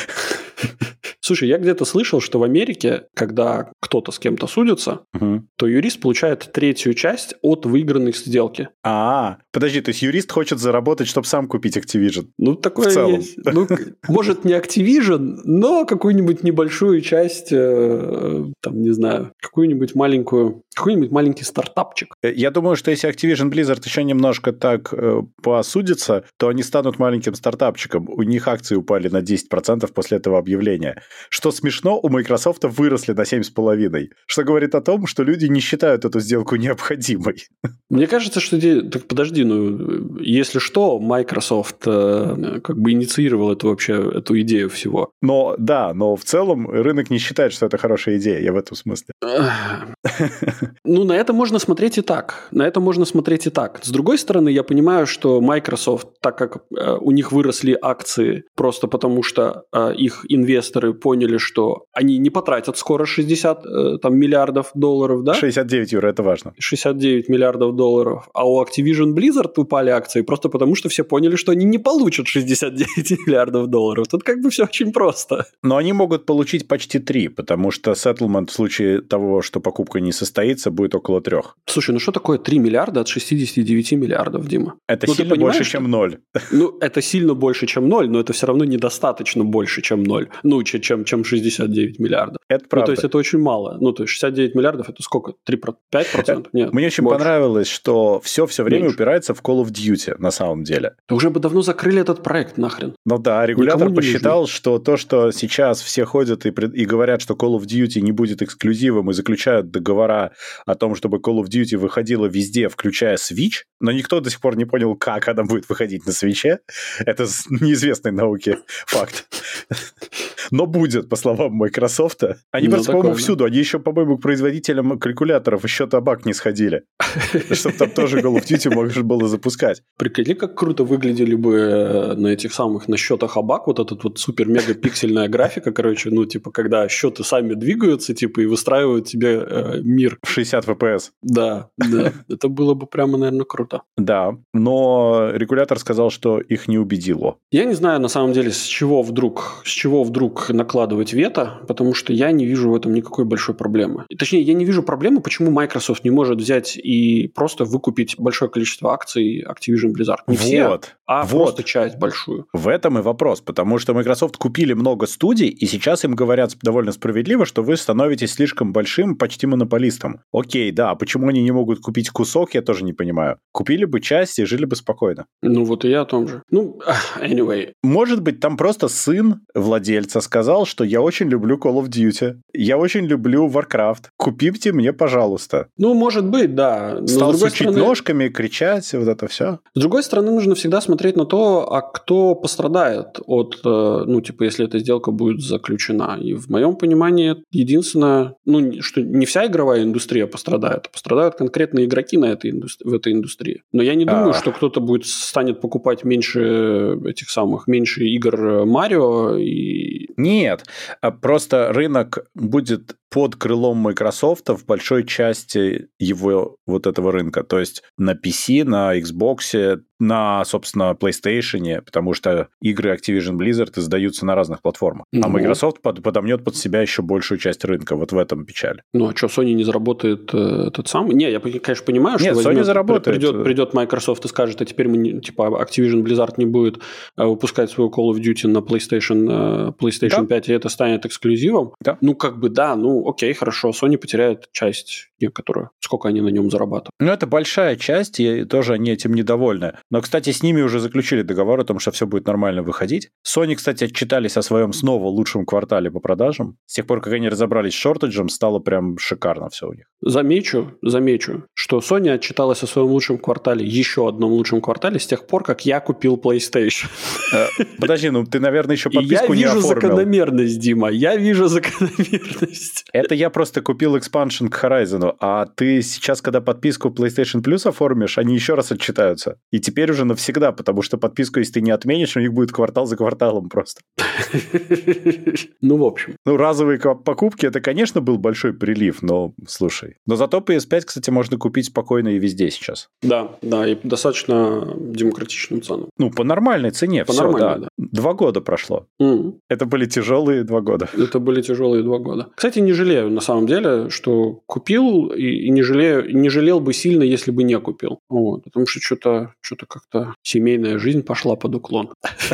Слушай, я где-то слышал, что в Америке, когда кто-то с кем-то судится, угу. то юрист получает третью часть от выигранной сделки. А, подожди, то есть юрист хочет заработать, чтобы сам купить Activision? Ну, такое есть. Ну, может, не Activision, но какую-нибудь небольшую часть, э, там, не знаю, какую-нибудь маленькую, какой-нибудь маленький стартапчик. Я думаю, что если Activision Blizzard еще немножко так э, посудится, то они станут маленьким стартапчиком. У них акции упали на десять процентов после этого объявления. Что смешно, у Microsoft выросли на семь целых пять десятых, что говорит о том, что люди не считают эту сделку необходимой. Мне кажется, что... Так подожди, ну, если что, Microsoft э, как бы инициировал эту вообще, эту идею всего. Но, да, но в целом рынок не считает, что это хорошая идея, я в этом смысле. Ну, на это можно смотреть и так. На это можно смотреть и так. С другой стороны, я понимаю, что Microsoft, так как э, у них выросли акции просто потому, что э, их инвесторы поняли, что они не потратят скоро шестьдесят э, там, миллиардов долларов, да? шестьдесят девять, Юра, это важно. шестьдесят девять миллиардов долларов. А у Activision Blizzard упали акции просто потому, что все поняли, что они не получат шестьдесят девять миллиардов долларов. Тут как бы все очень просто. Но они могут получить почти три, потому что settlement в случае того, что покупка не состоится, будет около трех. Слушай, ну что такое три миллиарда от шестидесяти девяти миллиардов, Дима? Это ну, сильно больше, что... чем ноль. Ну, это сильно больше, чем ноль, но это все равно недостаточно больше, чем ноль. Ну, чем, чем шестьдесят девять миллиардов. Это правда. Ну, то есть, это очень мало. Ну, то есть, шестьдесят девять миллиардов – это сколько? три, пять процентов? Нет, Мне очень больше. Понравилось, что все все время меньше. Упирается в Call of Duty, на самом деле. Да уже бы давно закрыли этот проект, нахрен. Ну да, регулятор посчитал, нужно. Что то, что сейчас все ходят и, и говорят, что Call of Duty не будет эксклюзивом и заключают договора о том, чтобы Call of Duty выходила везде, включая Switch, но никто до сих пор не понял, как она будет выходить на Switch. Это неизвестный науке факт. Но будет, по словам Microsoft. Они ну, просто, такое, по-моему, да. всюду. Они еще, по-моему, к производителям калькуляторов еще табак не сходили. Чтобы там тоже Call of Duty можно было запускать. Прикинь, как круто выглядели бы на этих самых, на счетах Абак, вот этот вот супер-мега-пиксельная графика, короче, ну, типа, когда счеты сами двигаются, типа, и выстраивают тебе э, мир. В шестьдесят эф пи эс. Да, да. Это было бы прямо, наверное, круто. Да, но регулятор сказал, что их не убедило. Я не знаю, на самом деле, с чего вдруг, с чего вдруг них накладывать вето, потому что я не вижу в этом никакой большой проблемы. Точнее, я не вижу проблемы, почему Microsoft не может взять и просто выкупить большое количество акций Activision Blizzard. Не вот, все, а вот. просто часть большую. В этом и вопрос, потому что Microsoft купили много студий, и сейчас им говорят довольно справедливо, что вы становитесь слишком большим, почти монополистом. Окей, да, а почему они не могут купить кусок, я тоже не понимаю. Купили бы часть и жили бы спокойно. Ну вот и я о том же. Ну, anyway. Может быть, там просто сын владельца сказал, что я очень люблю Call of Duty, я очень люблю Warcraft, купите мне, пожалуйста. Ну, может быть, да. Но Стал с другой сучить стороны, ножками, кричать, вот это все. С другой стороны, нужно всегда смотреть на то, а кто пострадает от, ну, типа, если эта сделка будет заключена. И в моем понимании, единственное, ну, что не вся игровая индустрия пострадает, а пострадают конкретные игроки на этой индустри- в этой индустрии. Но я не думаю, А. что кто-то будет станет покупать меньше этих самых, меньше игр Марио и... Нет, а просто рынок будет под крылом Microsoft в большой части его вот этого рынка. То есть на пи си, на Xbox, на, собственно, PlayStation, потому что игры Activision Blizzard издаются на разных платформах. Ну. А Microsoft под, подомнет под себя еще большую часть рынка. Вот в этом печаль. Ну, а что, Sony не заработает э, этот самый? Не, я, конечно, понимаю, что Нет, возьмет, Sony заработает. Придет, придет Microsoft и скажет, а теперь мы, не, типа, Activision Blizzard не будет э, выпускать свою Call of Duty на PlayStation, э, PlayStation да. пять, и это станет эксклюзивом. Да. Ну, как бы, да, ну, окей, хорошо, Sony потеряет часть некоторую. Сколько они на нем зарабатывают. Ну, это большая часть, и тоже они этим недовольны. Но, кстати, с ними уже заключили договор о том, что все будет нормально выходить. Sony, кстати, отчитались о своем снова лучшем квартале по продажам. С тех пор, как они разобрались с шортеджем, стало прям шикарно все у них. Замечу, замечу, что Sony отчиталась о своем лучшем квартале, еще одном лучшем квартале, с тех пор, как я купил PlayStation. Подожди, ну ты, наверное, еще подписку не оформил. Я вижу закономерность, Дима, я вижу закономерность. Это я просто купил экспаншн к Horizon, а ты сейчас, когда подписку PlayStation Plus оформишь, они еще раз отчитаются. И теперь уже навсегда, потому что подписку, если ты не отменишь, у них будет квартал за кварталом просто. Ну, в общем. Ну, разовые покупки, это, конечно, был большой прилив, но, слушай. Но зато пи эс пять, кстати, можно купить спокойно и везде сейчас. Да, да, и достаточно демократичным ценам. Ну, по нормальной цене, по все, нормальной, да. да. Два года прошло. Mm. Это были тяжелые два года. Это были тяжелые два года. Кстати, не жалею, на самом деле, что купил, и, и не, жалею, не жалел бы сильно, если бы не купил. Вот, потому что что-то, что-то как-то семейная жизнь пошла под уклон.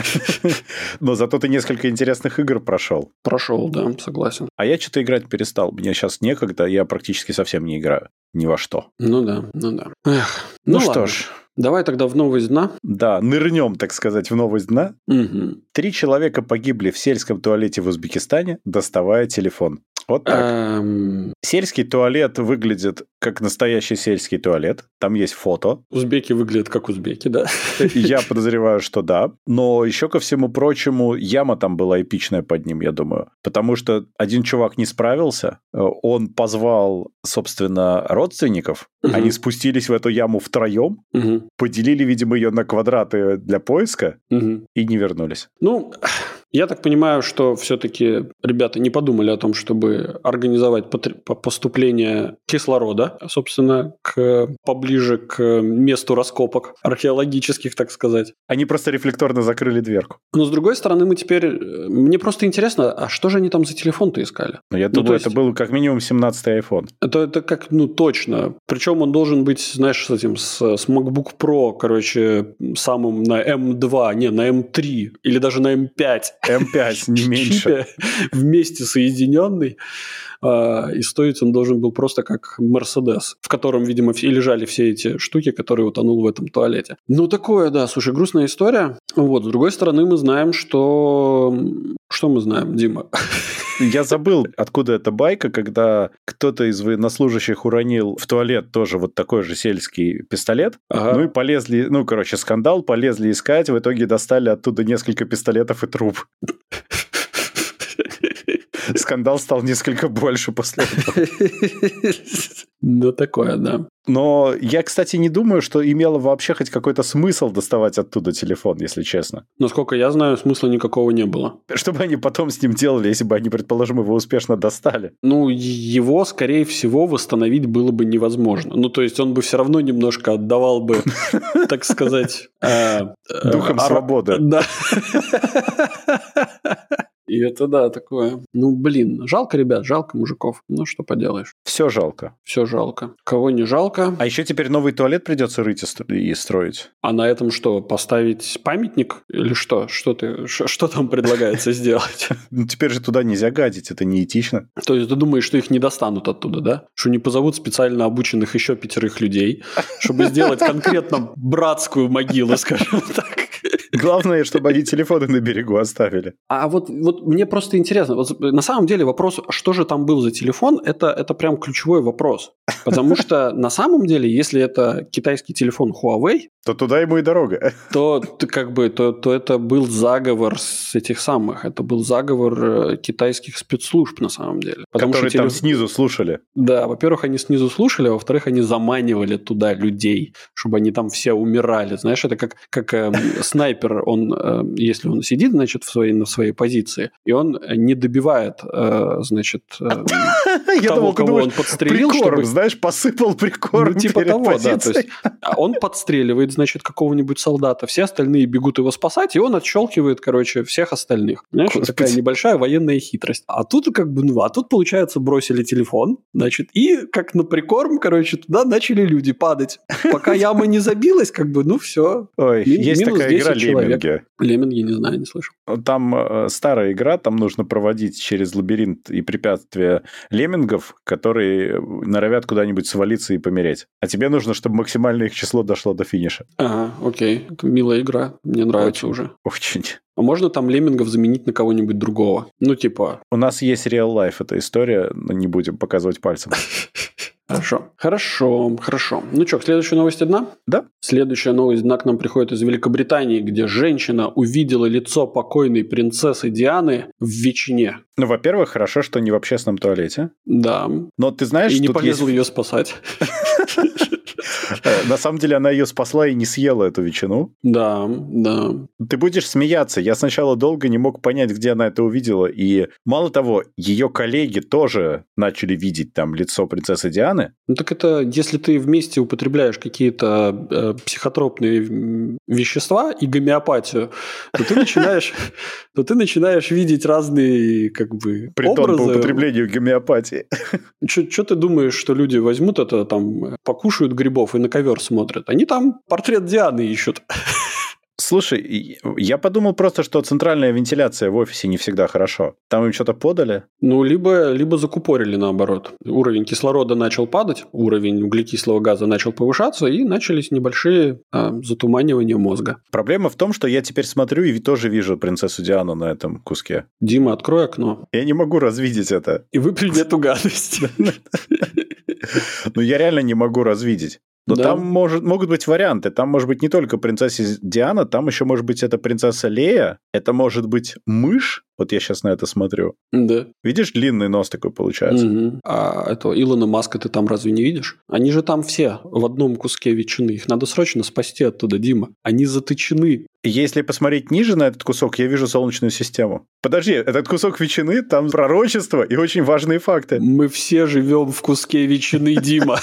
Но зато ты несколько интересных игр прошел. Прошел, да, согласен. А я что-то играть перестал. Мне сейчас некогда, я практически совсем не играю. Ни во что. Ну да, ну да. Эх, ну ну что ладно. ж. Давай тогда в новость дна. Да, нырнем, так сказать, в новость дна. Угу. Три человека погибли в сельском туалете в Узбекистане, доставая телефон. Вот так. Эм... Сельский туалет выглядит как настоящий сельский туалет. Там есть фото. Узбеки выглядят как узбеки, да? Я подозреваю, что да. Но еще ко всему прочему, яма там была эпичная под ним, я думаю. Потому что один чувак не справился. Он позвал, собственно, родственников. Угу. Они спустились в эту яму втроем, угу. поделили, видимо, ее на квадраты для поиска угу. и не вернулись. Ну... Я так понимаю, что все-таки ребята не подумали о том, чтобы организовать поступление кислорода, собственно, к, поближе к месту раскопок археологических, так сказать. Они просто рефлекторно закрыли дверку. Но, с другой стороны, мы теперь... Мне просто интересно, а что же они там за телефон-то искали? Ну, я думаю, ну, есть... это был как минимум семнадцатый iPhone. Это, это как, ну, точно. Причем он должен быть, знаешь, с этим, с, с MacBook Pro, короче, самым на эм два, не, на эм три или даже на эм пять. эм пять, не меньше. Вместе соединенный. И стоить он должен был просто как Мерседес, в котором, видимо, и лежали все эти штуки, которые утонул в этом туалете. Ну, такое, да, слушай, грустная история. Вот, с другой стороны, мы знаем, что... Что мы знаем, Дима? Я забыл, откуда эта байка, когда кто-то из военнослужащих уронил в туалет тоже вот такой же сельский пистолет. Ага. Ну и полезли, ну, короче, скандал, полезли искать, в итоге достали оттуда несколько пистолетов и труп. Скандал стал несколько больше после этого. Ну, такое, да. Но я, кстати, не думаю, что имело вообще хоть какой-то смысл доставать оттуда телефон, если честно. Насколько я знаю, смысла никакого не было. Что бы они потом с ним делали, если бы они, предположим, его успешно достали? Ну, его, скорее всего, восстановить было бы невозможно. Ну, то есть, он бы все равно немножко отдавал бы, так сказать... Духом свободы. Да. И это да, такое. Ну, блин, жалко ребят, жалко мужиков. Ну, что поделаешь. Все жалко. Все жалко. Кого не жалко. А еще теперь новый туалет придется рыть и строить. А на этом что, поставить памятник? Или что? Что ты, что там предлагается сделать? Ну, теперь же туда нельзя гадить, это неэтично. То есть ты думаешь, что их не достанут оттуда, да? Что не позовут специально обученных еще пятерых людей, чтобы сделать конкретно братскую могилу, скажем так. Главное, чтобы они телефоны на берегу оставили. А вот, вот мне просто интересно, вот на самом деле вопрос, что же там был за телефон, это, это прям ключевой вопрос. Потому что на самом деле, если это китайский телефон Huawei, то туда ему и дорога. То, как бы, то, то это был заговор с этих самых. Это был заговор китайских спецслужб на самом деле. Потому Которые что телеф... там снизу слушали. Да, во-первых, они снизу слушали, а во-вторых, они заманивали туда людей, чтобы они там все умирали. Знаешь, это как, как э, снайпер, он, э, если он сидит, значит, в своей, на своей позиции, и он не добивает, э, значит, э, того, кого он подстрелил. Прикорм, знаешь, посыпал прикорм. Ну, типа того, да. То есть он подстреливает, значит, какого-нибудь солдата, все остальные бегут его спасать, и он отщелкивает, короче, всех остальных. Понимаешь, вот такая небольшая военная хитрость. А тут как бы, ну, а тут, получается, бросили телефон, значит, и как на прикорм, короче, туда начали люди падать. Пока яма не забилась, как бы, ну, все. Ой, Ми- есть такая игра «Лемминги». «Лемминги», не знаю, не слышал. Там э, старая игра, там нужно проводить через лабиринт и препятствия леммингов, которые норовят куда-нибудь свалиться и помереть. А тебе нужно, чтобы максимальное их число дошло до финиша. Ага, окей. Это милая игра. Мне нравится очень, уже. Очень. А можно там леммингов заменить на кого-нибудь другого? Ну, типа... У нас есть real life эта история, но не будем показывать пальцем. Хорошо. Хорошо, хорошо. Ну что, следующая новость одна? Да. Следующая новость одна к нам приходит из Великобритании, где женщина увидела лицо покойной принцессы Дианы в ветчине. Ну, во-первых, хорошо, что не в общественном туалете. Да. Но ты знаешь, и что не полезла есть... ее спасать. На самом деле она ее спасла и не съела эту ветчину. Да, да. Ты будешь смеяться. Я сначала долго не мог понять, где она это увидела. И мало того, ее коллеги тоже начали видеть там лицо принцессы Дианы. Ну так это, если ты вместе употребляешь какие-то э, психотропные вещества и гомеопатию, то ты начинаешь, то ты начинаешь видеть разные как бы Притон образы. по употреблению гомеопатии. Что ты думаешь, что люди возьмут это, там, покушают грибов и на ковер смотрят? Они там портрет Дианы ищут. Слушай, я подумал просто, что центральная вентиляция в офисе не всегда хорошо. Там им что-то подали? Ну, либо, либо закупорили наоборот. Уровень кислорода начал падать, уровень углекислого газа начал повышаться, и начались небольшие а, затуманивания мозга. Проблема в том, что я теперь смотрю и тоже вижу принцессу Диану на этом куске. Дима, открой окно. Я не могу развидеть это. И выплюнь эту гадость. Ну, я реально не могу развидеть. Но да. Там может, могут быть варианты. Там может быть не только принцесса Диана, там еще может быть это принцесса Лея, это может быть мышь. Вот я сейчас на это смотрю. Да. Видишь, длинный нос такой получается. Угу. А этого Илона Маска ты там разве не видишь? Они же там все в одном куске ветчины. Их надо срочно спасти оттуда, Дима. Они заточены. Если посмотреть ниже на этот кусок, я вижу Солнечную систему. Подожди, этот кусок ветчины, там пророчество и очень важные факты. Мы все живем в куске ветчины, Дима.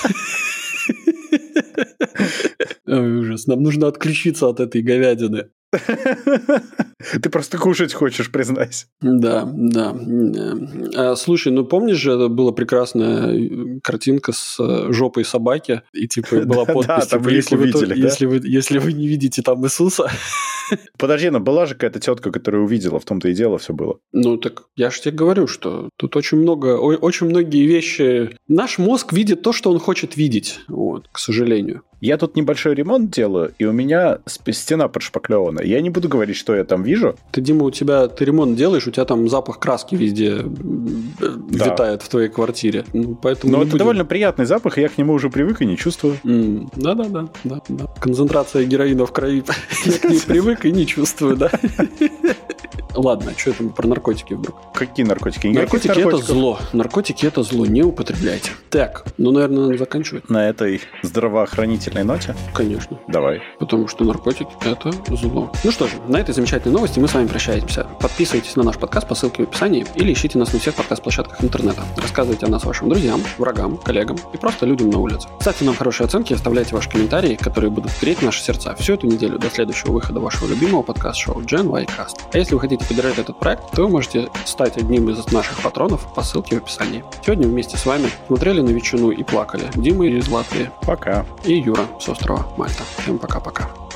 Ой, ужас. Нам нужно отключиться от этой говядины. Ты просто кушать хочешь, признайся. Да, да. А, слушай, ну помнишь же, это была прекрасная картинка с жопой собаки, и типа была подпись, да, типа, там если, вы, видели, да? если, вы, если вы не видите там Иисуса... Подожди, но была же какая-то тетка, которая увидела, в том-то и дело все было. Ну, так я же тебе говорю, что тут очень много, очень многие вещи... Наш мозг видит то, что он хочет видеть, вот, к сожалению. Я тут небольшой ремонт делаю, и у меня стена подшпаклевана. Я не буду говорить, что я там вижу. Ты, Дима, у тебя... Ты ремонт делаешь, у тебя там запах краски везде да. витает в твоей квартире. Ну, поэтому Но это будем... довольно приятный запах, и я к нему уже привык и не чувствую. Mm. Да-да-да. да, да. Концентрация героина в крови. Я к ней привык и не чувствую, да? Ладно, что это про наркотики вдруг? Какие наркотики? Наркотики – это зло. Наркотики – это зло. Не употребляйте. Так, ну, наверное, надо заканчивать. На этой здравоохранительной ноте? Конечно. Давай. Потому что наркотики – это зло. Ну что же, на этой замечательной новости мы с вами прощаемся. Подписывайтесь на наш подкаст по ссылке в описании или ищите нас на всех подкаст-площадках интернета. Рассказывайте о нас вашим друзьям, врагам, коллегам и просто людям на улице. Ставьте нам хорошие оценки и оставляйте ваши комментарии, которые будут греть наши сердца всю эту неделю до следующего выхода вашего любимого подкаст-шоу Gen Y Cast. А если вы хотите поддержать этот проект, то вы можете стать одним из наших патронов по ссылке в описании. Сегодня вместе с вами смотрели на ветчину и плакали Дима из Латвии. Пока. И Юра с острова Мальта. Всем пока-пока.